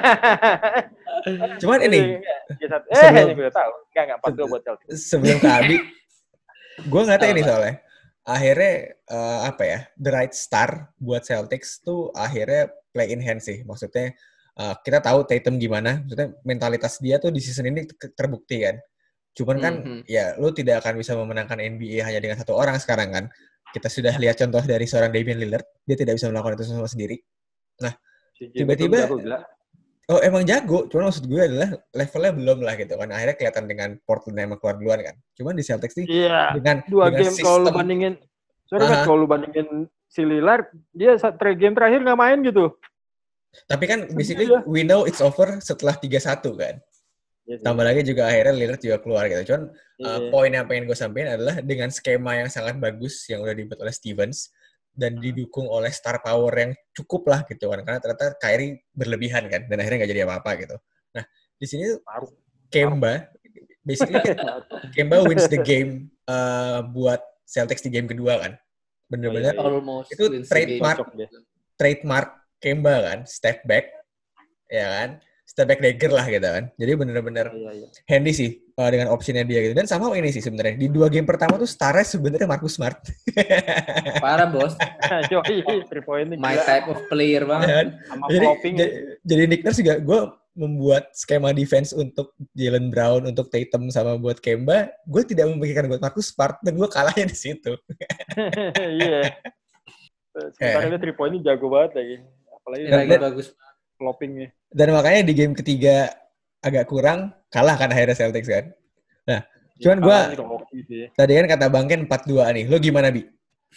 A: Cuman ini.
C: Eh, sebelum, gue tahu. Enggak, enggak. empat dua buat Celtic.
A: Sebelum ke Abi, gue nggak tahu ini soalnya. Akhirnya, uh, apa ya, the right star buat Celtics tuh akhirnya play in hand sih. Maksudnya, uh, kita tahu Tatum gimana. Maksudnya, mentalitas dia tuh di season ini terbukti kan. Cuman kan, mm-hmm. ya lu tidak akan bisa memenangkan N B A hanya dengan satu orang sekarang kan. Kita sudah lihat contoh dari seorang Damian Lillard, dia tidak bisa melakukan itu semua sendiri. Nah, tiba-tiba, oh emang jago, cuman maksud gue adalah levelnya belum lah gitu kan. Akhirnya kelihatan dengan Portland yang keluar duluan kan. Cuman di Celtics nih,
C: iya,
A: dengan,
C: dua
A: dengan
C: game kalau lu bandingin, sorry uh-huh. kalau lu bandingin si Lillard, dia game terakhir nggak main gitu.
A: Tapi kan basically, ya. we know it's over setelah tiga satu kan. Yes, Tambah yes. lagi juga akhirnya Lillard juga keluar gitu. Cuman yeah. uh, poin yang pengen gue sampaikan adalah dengan skema yang sangat bagus yang udah dibuat oleh Stevens dan didukung oleh star power yang cukup lah gitu kan. Karena ternyata Kyrie berlebihan kan dan akhirnya nggak jadi apa-apa gitu. Nah di sini Kemba, basically Kemba wins the game uh, buat Celtics di game kedua kan. Bener-bener oh, iya, iya. itu trademark trademark Kemba kan, step back, ya kan. Step back dagger lah gitu kan. Jadi bener-bener oh, iya, iya. handy sih uh, dengan optionnya dia gitu. Dan sama ini sih sebenarnya. Di dua game pertama tuh starnya sebenarnya Marcus Smart.
B: Parah bos. My type of player banget.
A: Ya, sama jadi, jadi, jadi Nick Nurse juga gue membuat skema defense untuk Jalen Brown, untuk Tatum sama buat Kemba. Gue tidak memikirkan buat Marcus Smart dan gue kalahnya di situ.
C: Iya. Sementara dia three point ini jago banget lagi. Apalagi
B: lagi bagus.
C: Floppingnya.
A: Dan makanya di game ketiga agak kurang, kalah kan akhirnya Celtics kan. Nah, cuman gue, tadi kan kata Bang Ken empat dua nih. Lo gimana, Bi?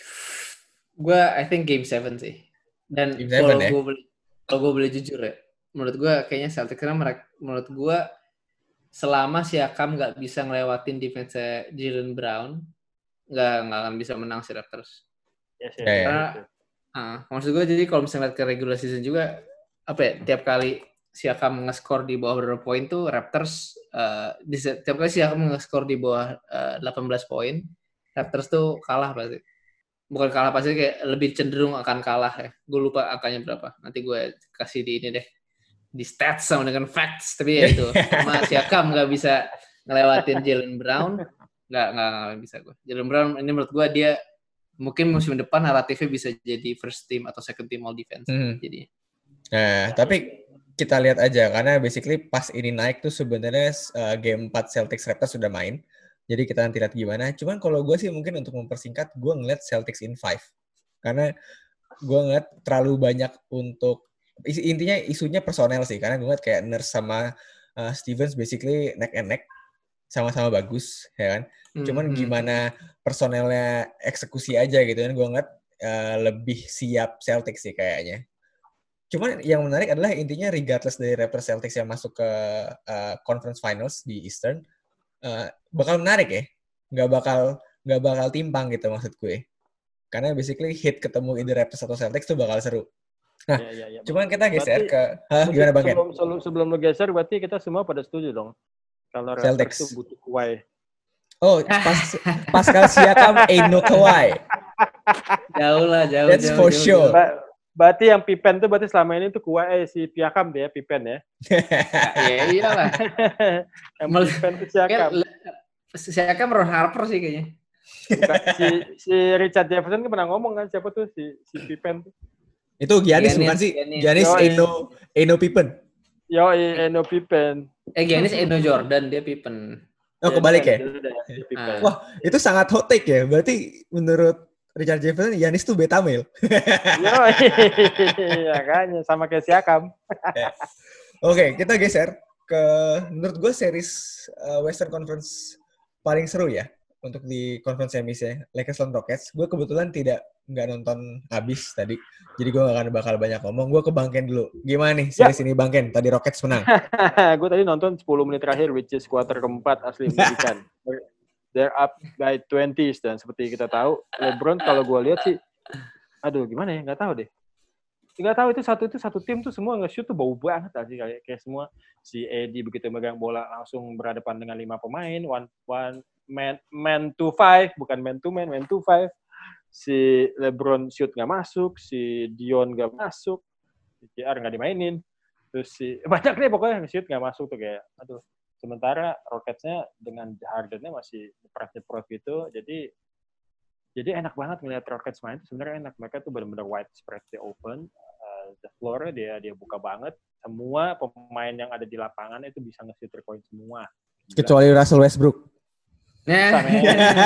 B: Gue, I think game seven sih. Dan kalau ya? gue boleh, kalau gue boleh jujur ya, menurut gue kayaknya Celtics karena mereka, menurut gue selama Siakam nggak bisa ngelewatin defense Jalen Brown, nggak nggak akan bisa menang si Raptors.
C: Yes, yes,
B: karena, yes, yes. Uh, maksud gue jadi kalau misalnya ke regular season juga apa ya, tiap kali Siakam nge-score di bawah berapa poin tuh Raptors uh, di, tiap kali Siakam nge-score di bawah uh, delapan belas poin, Raptors tuh kalah pasti. Bukan kalah pasti, kayak lebih cenderung akan kalah ya. Gue lupa angkanya berapa. Nanti gue kasih di ini deh. Di stats sama dengan facts, tapi ya itu. Sama Siakam nggak bisa ngelewatin Jalen Brown, nggak nggak bisa gue. Jalen Brown ini menurut gue dia mungkin musim depan naratifnya bisa jadi first team atau second team all defense. Hmm. Jadi
A: nah, tapi kita lihat aja, karena basically pas ini naik tuh sebenarnya uh, game empat Celtics Raptors sudah main. Jadi kita nanti lihat gimana. Cuman kalau gue sih mungkin untuk mempersingkat, gue ngeliat Celtics in five. Karena gue ngeliat terlalu banyak untuk, intinya isunya personel sih. Karena gue ngeliat kayak Nurse sama uh, Stevens basically neck and neck. sama-sama bagus, ya kan? Cuman
B: Hmm.
A: gimana personelnya eksekusi aja gitu kan, gue ngeliat uh, lebih siap Celtics sih kayaknya. Cuman yang menarik adalah intinya regardless dari Raptors Celtics yang masuk ke uh, Conference Finals di Eastern, uh, bakal menarik ya. Nggak bakal nggak bakal timpang gitu maksud gue. Karena basically hit ketemu either Raptors atau Celtics tuh bakal seru. Nah,
C: Ya, ya, ya.
A: cuman kita geser
C: Berarti,
A: ke, hah, gimana Bang Ken?
C: sebelum, sebelum, sebelum lo geser, berarti kita semua pada setuju dong. Kalau Raptors
A: Celtics.
C: tuh butuh Kawhi.
A: Oh, pas, Pascal Siakam ain't no Kawhi.
B: Jauh lah, jauh,
A: That's
B: jauh,
A: for
B: jauh,
A: sure.
B: jauh.
C: Ba- berarti yang Pippen tuh berarti selama ini tuh Kawhi, eh, si Siakam deh ya, Pippen ya.
B: Ya iyalah.
C: Yang
B: Mal-
C: Pippen tuh Siakam.
B: Siakam Ron Harper sih kayaknya.
C: Bukan, si, si Richard Jefferson kan pernah ngomong kan, siapa tuh si, si Pippen tuh.
A: Itu Giannis
B: Giannis,
A: bukan sih?
B: Giannis.
A: Giannis
C: Yo,
A: ain't no, ain't no Pippen.
C: Yo, Eno Pippen.
B: Eh Giannis Eno Jordan, dia Pippen.
A: Oh, kebalik ya?
B: Ah.
A: Wah, itu sangat hot take ya. Berarti menurut Richard Jefferson, Giannis tuh beta male.
C: Yo, iya kan, sama kayak Siakam.
A: Oke, kita geser ke, menurut gue series uh, Western Conference paling seru ya untuk di conference semis ya, Lakers lawan Rockets. Gue kebetulan tidak nggak nonton habis tadi, jadi gue gak akan bakal banyak ngomong. Gue ke Bang Ken dulu. Gimana nih series ya. Ini Bang Ken? Tadi Rockets menang.
C: Gue tadi nonton sepuluh menit terakhir, which is quarter keempat, asli menyedihkan. They're up by twenties, dan seperti kita tahu, LeBron kalau gue lihat sih, aduh gimana ya, nggak tahu deh. Nggak tahu itu satu itu satu tim tuh semua nge-shoot tuh bau banget sih, kayak kayak semua si A D begitu megang bola langsung berhadapan dengan lima pemain, one one man man to five, bukan man to man, man to five. Si LeBron shoot nggak masuk, si Dion nggak masuk, si J R nggak dimainin, terus si banyak deh pokoknya shoot nggak masuk tuh kayak, aduh. Sementara Rockets-nya dengan Harden-nya masih nyeprat-nyeprat gitu, jadi jadi enak banget ngeliat Rockets main. Sebenarnya enak, mereka tuh benar-benar wide spread, dia open, uh, the floor dia dia buka banget. Semua pemain yang ada di lapangan itu bisa nge-shoot three point semua. Gila.
A: Kecuali Russell Westbrook.
C: Bisa men.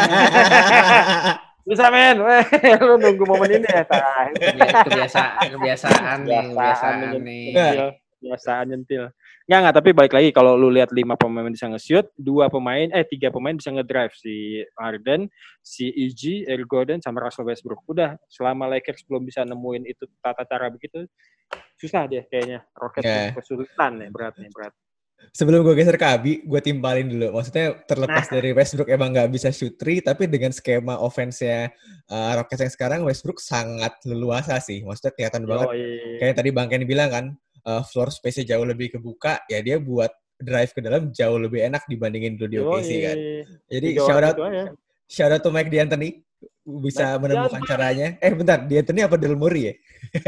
C: Bisa men. Lu nunggu momen ini ya.
B: Kebiasaan, kebiasaan nih, kebiasaan nih.
C: Biasaan nyentil. Nggak, nggak, tapi balik lagi kalau lu lihat lima pemain bisa nge-shoot, dua pemain, eh tiga pemain bisa ngedrive, si Harden, si E G, Eric Gordon, sama Russell Westbrook. Udah, selama Lakers belum bisa nemuin itu tata cara begitu, susah deh kayaknya. Rockets yeah. kesulitan nih, berat nih, berat.
A: Sebelum gue geser ke Abi, gue timpalin dulu. Maksudnya terlepas nah. dari Westbrook emang nggak bisa shoot three, tapi dengan skema offense-nya uh, Rockets yang sekarang, Westbrook sangat leluasa sih. Maksudnya kelihatan banget. Kayak tadi Bang Ken bilang kan, Uh, floor space-nya jauh lebih kebuka, ya dia buat drive ke dalam jauh lebih enak dibandingin dulu di O K C kan. Jadi shout out, shout out to Mike D'Antoni bisa Mike menemukan D'Antoni. Caranya. Eh bentar, D'Antoni apa Del Murray ya?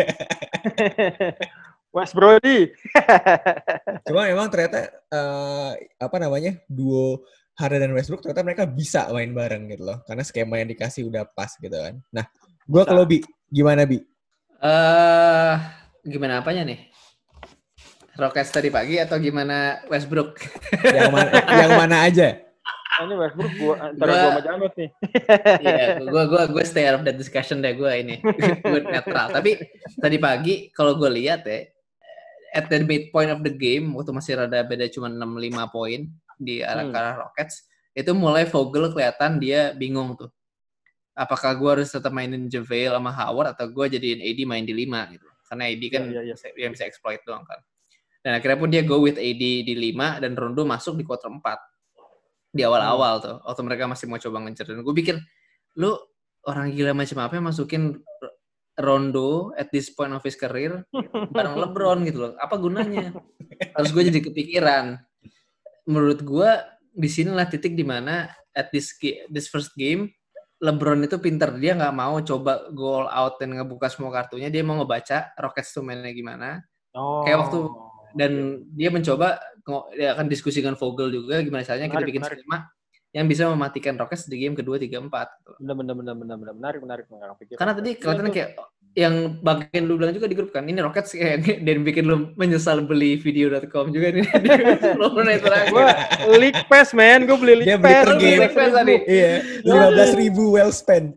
C: Wes Brody.
A: Cuma emang ternyata uh, apa namanya duo Harden dan Westbrook ternyata mereka bisa main bareng gitu loh, karena skema yang dikasih udah pas gitu kan. Nah, gua ke Bi, gimana Bi?
B: Uh, gimana apanya nih? Rockets tadi pagi atau gimana Westbrook?
A: Yang mana, yang mana aja?
C: Ini Westbrook gua antara gua sama Jamut nih.
B: Iya, gua gua gua stay out of that discussion deh gua ini. Gua netral. Tapi tadi pagi kalau gua lihat ya, at the midpoint of the game waktu masih rada beda cuma enam puluh lima poin di arah hmm. Rockets, itu mulai Vogel kelihatan dia bingung tuh. Apakah gua harus tetap mainin JaVale sama Howard atau gua jadiin A D main di lima gitu. Karena A D kan yeah, yeah, yeah. yang bisa exploit doang kan. Dan akhirnya pun dia go with A D di lima dan Rondo masuk di quarter empat. Di awal-awal tuh, waktu mereka masih mau coba ngejar. Dan gue pikir, lu orang gila macam apa yang masukin Rondo at this point of his career bareng LeBron gitu loh. Apa gunanya? Terus gue jadi kepikiran. Menurut gue, di sinilah titik di mana at this, this first game, LeBron itu pinter. Dia nggak mau coba go all out dan ngebuka semua kartunya. Dia mau ngebaca Rockets tuh mainnya gimana. Oh. Kayak waktu dan dia mencoba dia akan diskusikan Vogel juga gimana caranya kita bikin menarik. Skema yang bisa mematikan Rockets di game kedua tiga empat.
C: Benar benar benar benar benar menarik menarik menarik pikir.
B: Karena tadi kelihatannya kayak yang bagian lu bilang juga di grup kan ini Rockets kayak dan bikin lu menyesal beli video dot com juga nih.
C: Gua League Pass man, gua beli League Pass.
A: League Pass tadi. Iya, lima belas ribu well spent.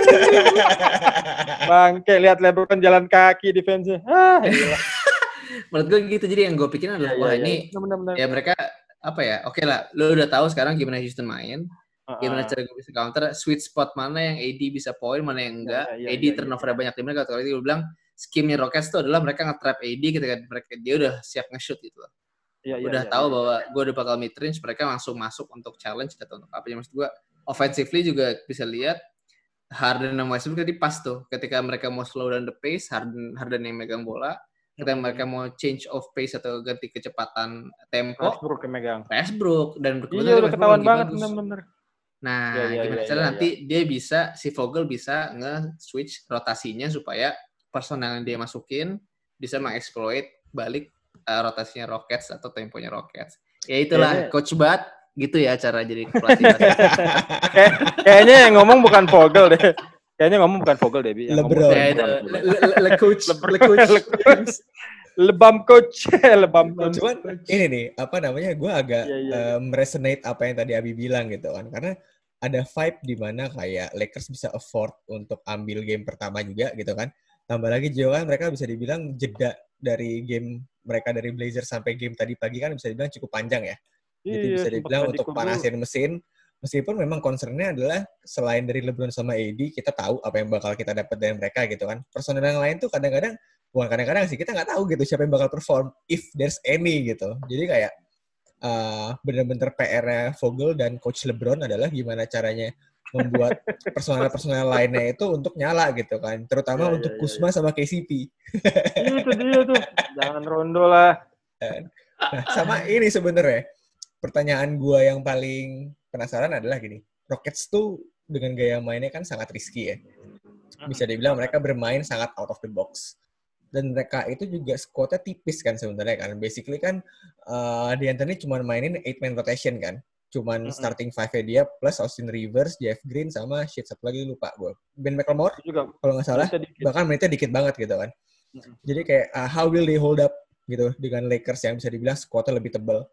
C: Bangke lihat LeBron jalan kaki defense-nya. Ah, gila.
B: Menurut gue gitu, jadi yang gue pikirin adalah ya, wah ya, ini ya. Benar, benar. Ya mereka apa ya? Oke okay lah, lo udah tahu sekarang gimana Houston main,
C: Uh-uh.
B: gimana cara gue bisa counter, sweet spot mana yang A D bisa poin, mana yang enggak.
C: Ya, ya,
B: A D
C: ya,
B: turnover
C: ya, ya.
B: banyak di mereka. Kalau itu gue bilang skimnya Rockets itu adalah mereka nge-trap A D ketika mereka dia udah siap nge-shoot gitu loh.
C: Ya, ya,
B: udah
C: ya,
B: tahu
C: ya,
B: bahwa
C: ya.
B: gue udah bakal mid range, mereka langsung masuk untuk challenge atau untuk apa. Maksud gue offensively juga bisa lihat Harden dan Westbrook tadi pas tuh ketika mereka mau slow down the pace, Harden Harden yang megang bola, ketika
C: Hmm.
B: mereka mau change of pace atau ganti kecepatan tempo,
C: Westbrook yang megang.
B: Westbrook dan
C: Iya udah ketahuan banget bener-bener.
B: Nah,
C: Ya, ya,
B: gimana
C: ya,
B: cara
C: ya,
B: nanti
C: ya.
B: dia bisa si Vogel bisa nge-switch rotasinya supaya personal yang dia masukin bisa mengeksploit balik uh, rotasinya Rockets atau temponya Rockets. Ya itulah
C: Kayaknya...
B: Coach Bud gitu ya cara jadi pelatih.
C: Kayak, kayaknya yang ngomong bukan Vogel deh. Kayaknya ngomong bukan Vogel deh, Bi. Yang
A: Lebron.
C: ngomong
B: Ya, itu, le, le, le coach,
C: Lebron.
B: le coach.
C: Lebam coach, lebam coach.
A: Cuman ini nih, apa namanya, gue agak
C: Iya, iya,
A: um, resonate apa yang tadi Abi bilang gitu kan. Karena ada vibe di mana kayak Lakers bisa afford untuk ambil game pertama juga gitu kan. Tambah lagi juga kan mereka bisa dibilang jeda dari game mereka dari Blazers sampai game tadi pagi kan bisa dibilang cukup panjang ya. Jadi
C: Iya,
A: bisa
C: sempet
A: dibilang
C: medical
A: untuk panasin mesin. Meskipun memang concernnya adalah selain dari LeBron sama A D, kita tahu apa yang bakal kita dapat dari mereka gitu kan. Personel yang lain tuh kadang-kadang, bukan kadang-kadang sih, kita nggak tahu gitu siapa yang bakal perform, if there's any gitu. Jadi kayak uh, bener-bener P R-nya Vogel dan Coach LeBron adalah gimana caranya membuat personel-personel lainnya itu untuk nyala gitu kan. Terutama
C: Ya, ya,
A: untuk
C: ya,
A: Kuzma
C: ya.
A: sama K C P.
C: Itu dia tuh. Jangan Rondo lah.
A: Nah, sama ini sebenarnya. Pertanyaan gue yang paling penasaran adalah gini. Rockets tuh dengan gaya mainnya kan sangat risky ya. Bisa dibilang mereka bermain sangat out of the box. Dan mereka itu juga squad-nya tipis kan sebenarnya kan. Basically kan uh, D'Antoni cuma mainin eight man rotation kan. Cuman mm-hmm. starting five-nya dia plus Austin Rivers, Jeff Green, sama shit satu lagi lupa gue. Ben McLemore kalau nggak salah. Bahkan menitnya dikit banget gitu kan. Mm-hmm. Jadi kayak uh, how will they hold up gitu dengan Lakers yang bisa dibilang squad-nya lebih tebal.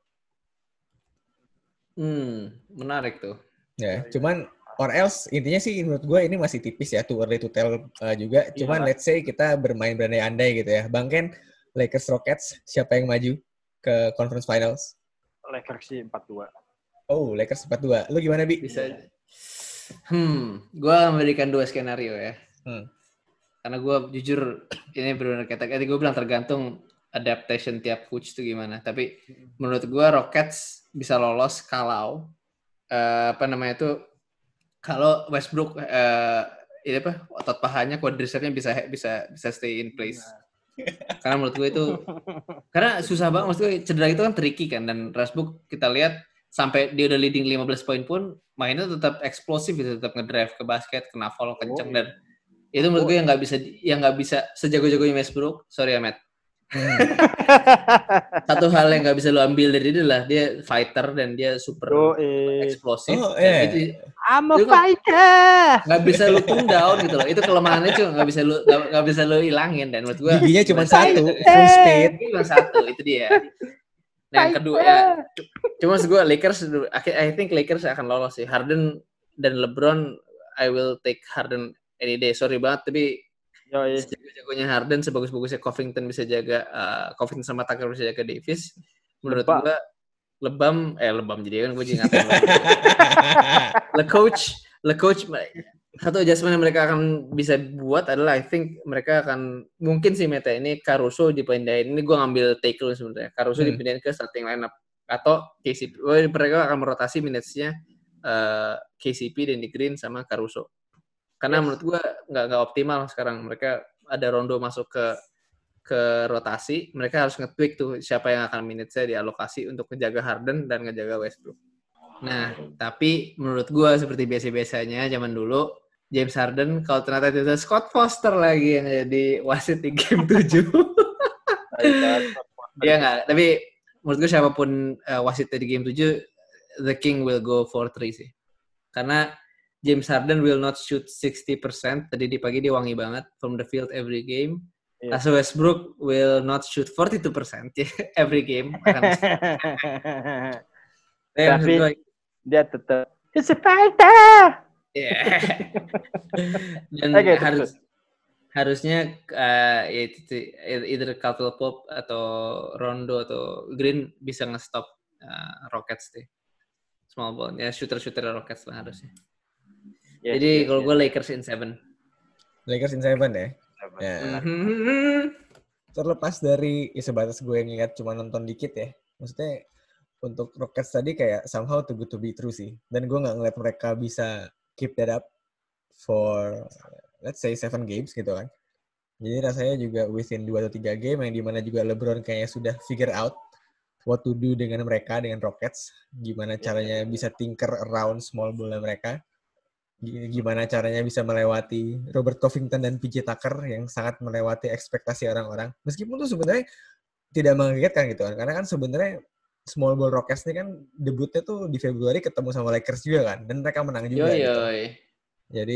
B: Hmm, menarik tuh.
A: Ya, cuman or else intinya sih menurut gue ini masih tipis ya, too early to tell uh, juga. Cuman ya, let's say kita bermain berandai-andai gitu ya. Bang Ken, Lakers Rockets siapa yang maju ke conference finals?
C: Lakers sih empat dua.
A: Oh, Lakers empat dua. Lu gimana, Bi?
B: Bisa. Hmm, gue memberikan dua skenario ya. Hmm. Karena gue jujur ini benar-benar kayak tadi gue bilang tergantung adaptation tiap coach itu gimana. Tapi menurut gue Rockets bisa lolos kalau uh, apa namanya itu kalau Westbrook uh, ini apa otot pahanya quadricepsnya bisa bisa bisa stay in place. Karena menurut gue itu karena susah banget, maksudnya cedera itu kan tricky kan, dan Westbrook kita lihat sampai dia udah leading lima belas poin pun mainnya tetap eksplosif, gitu, tetap ngedrive ke basket, kena foul kenceng, dan itu menurut gue yang nggak bisa yang nggak bisa sejago-jagonya Westbrook. Sorry ya Matt. Satu hal yang nggak bisa lo ambil dari dia adalah dia fighter dan dia super
C: oh, eh.
B: eksplosif.
A: Oh,
B: dan
A: eh.
B: itu
C: I'm a fighter.
B: Nggak bisa lo tune down gitu loh. Itu kelemahannya cuma nggak bisa lo nggak bisa lo hilangin, dan menurut gue
A: giginya cuma satu, full speed.
B: Cuma satu, itu dia. Nah, yang kedua ya, cuma maksud gue Lakers, I think Lakers akan lolos sih. Harden dan LeBron, I will take Harden any day. Sorry banget, tapi sejago-jagonya Harden, sebagus-bagusnya Covington bisa jaga uh, Covington sama Tucker bisa jaga Davis. Menurut Lebam. gue lebam eh lebam jadi kan gue jadi ngatain le coach le coach satu adjustment yang mereka akan bisa buat adalah I think mereka akan mungkin sih Meta ini Caruso dipindahin. Ini gue ngambil take lu sebenarnya. Caruso hmm. dipindahin ke starting lineup atau K C P. Mereka akan merotasi minutes-nya uh, K C P, Danny Green sama Caruso. Karena yes. menurut gue nggak nggak optimal sekarang. Mereka ada Rondo masuk ke ke rotasi, mereka harus nge-tweak tuh siapa yang akan minute-nya dialokasi untuk ngejaga Harden dan ngejaga Westbrook. Nah, tapi menurut gue seperti biasa-biasanya zaman dulu, James Harden kalau ternyata itu Scott Foster lagi yang jadi wasit di game tujuh. Dia nggak, tapi menurut gue siapapun uh, wasitnya di game tujuh, the King will go for three sih. Karena James Harden will not shoot sixty percent. Tadi di pagi dia wangi banget from the field every game. Yeah. As Westbrook will not shoot forty-two percent every game.
C: Tapi gue, dia tetap it's a fighter.
B: Yeah. Dan okay, harus tetap. harusnya uh, ya, either Caldwell Pope atau Rondo atau Green bisa nge-stop uh, Rockets sih. Small ball. Ya shooter-shooter Rockets lah harusnya.
C: Yes,
B: Jadi
C: yes,
B: kalau
C: yes.
B: gue Lakers in seven.
A: Lakers in seven ya. Ya.
B: Mm-hmm.
A: Terlepas dari ya sebatas gue ngeliat cuma nonton dikit ya. Maksudnya untuk Rockets tadi kayak somehow too good to be true sih. Dan gue nggak ngeliat mereka bisa keep that up for let's say seven games gitu kan. Jadi rasanya juga within two atau three game yang dimana juga LeBron kayaknya sudah figure out what to do dengan mereka, dengan Rockets. Gimana caranya bisa tinker around small ball mereka. Gimana caranya bisa melewati Robert Covington dan P J Tucker yang sangat melewati ekspektasi orang-orang. Meskipun tuh sebenarnya tidak mengagetkan gitu kan. Karena kan sebenarnya small ball Rockets ini kan debutnya tuh di Februari ketemu sama Lakers juga kan. Dan mereka menang juga
B: Yoi,
A: gitu.
B: yoi.
A: Jadi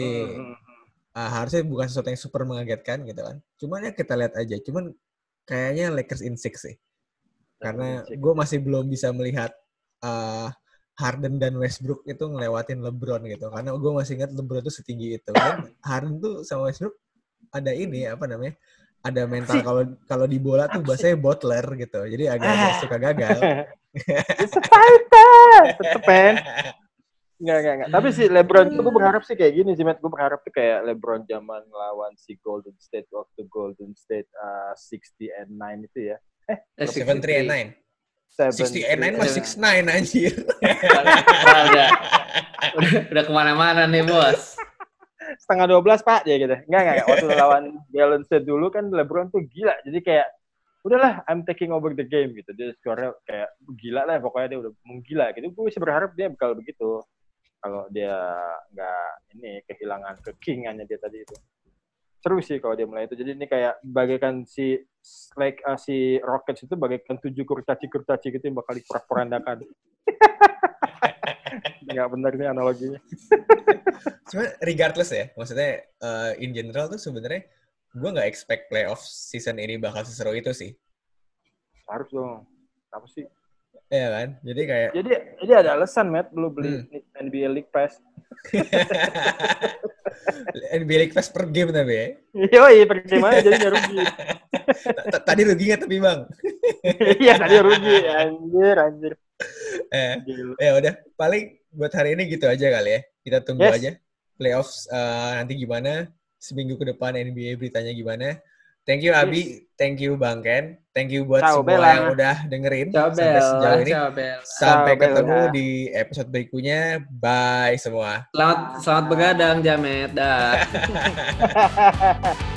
A: uh, harusnya bukan sesuatu yang super mengagetkan gitu kan. Cuman ya kita lihat aja. Cuman kayaknya Lakers in six sih. Karena gue masih belum bisa melihat uh, Harden dan Westbrook itu ngelewatin LeBron gitu. Karena gue masih ingat LeBron itu setinggi itu. Dan Harden tuh sama Westbrook ada ini apa namanya? Ada mental kalau kalau di bola tuh bahasanya bottler gitu. Jadi agak-agak suka gagal.
C: It's a fighter! Tetep, man. Enggak, enggak, enggak. Tapi si LeBron tuh gue berharap sih kayak gini sih, Matt. Gue berharap tuh kayak LeBron zaman ngelawan si Golden State waktu Golden State uh, sixty and nine itu ya.
A: Eh, seventy-three and nine. sixty and nine mah six nine anjir.
B: udah, udah, udah kemana-mana nih bos.
C: Setengah dua belas pak ya gitu. Enggak, enggak. Waktu lawan Golden State dulu kan LeBron tuh gila. Jadi kayak udahlah I'm taking over the game gitu. Dia skornya kayak gila lah pokoknya dia udah menggila gitu. Gue sih berharap dia bakal begitu. Kalau dia nggak ini kehilangan kekingannya dia tadi itu. Seru sih kalau dia mulai itu. Jadi ini kayak bagaikan si like uh, si Rockets itu bagaikan tujuh kurcaci-kurcaci gitu yang bakal diporak-porandakan. Nggak benar nih analoginya.
A: Cuma regardless ya, maksudnya uh, in general tuh sebenarnya gue nggak expect playoff season ini bakal seseru itu sih.
C: Harus dong. Apa sih?
A: Iya kan? Jadi kayak...
C: Jadi jadi ada alasan, Matt, lu beli hmm. N B A League Pass.
A: N B A League Pass per game tapi ya?
C: Yoi, per game aja jadi nggak rugi.
A: Tadi rugi nggak tapi bang?
C: Iya, tadi rugi. Anjir, anjir.
A: Eh, ya udah. Paling buat hari ini gitu aja kali ya. Kita tunggu yes. aja. Playoffs uh, nanti gimana. Seminggu ke depan N B A beritanya gimana. Thank you Abi, yes. Thank you Bang Ken, thank you buat Ciao, semua Bella. Yang udah dengerin
B: Ciao,
A: sampai
B: Bella.
A: sejauh ini.
B: Ciao,
A: sampai
C: Ciao,
A: ketemu
C: Bella.
A: Di episode berikutnya. Bye semua.
B: Selamat selamat begadang Jamet. Dah.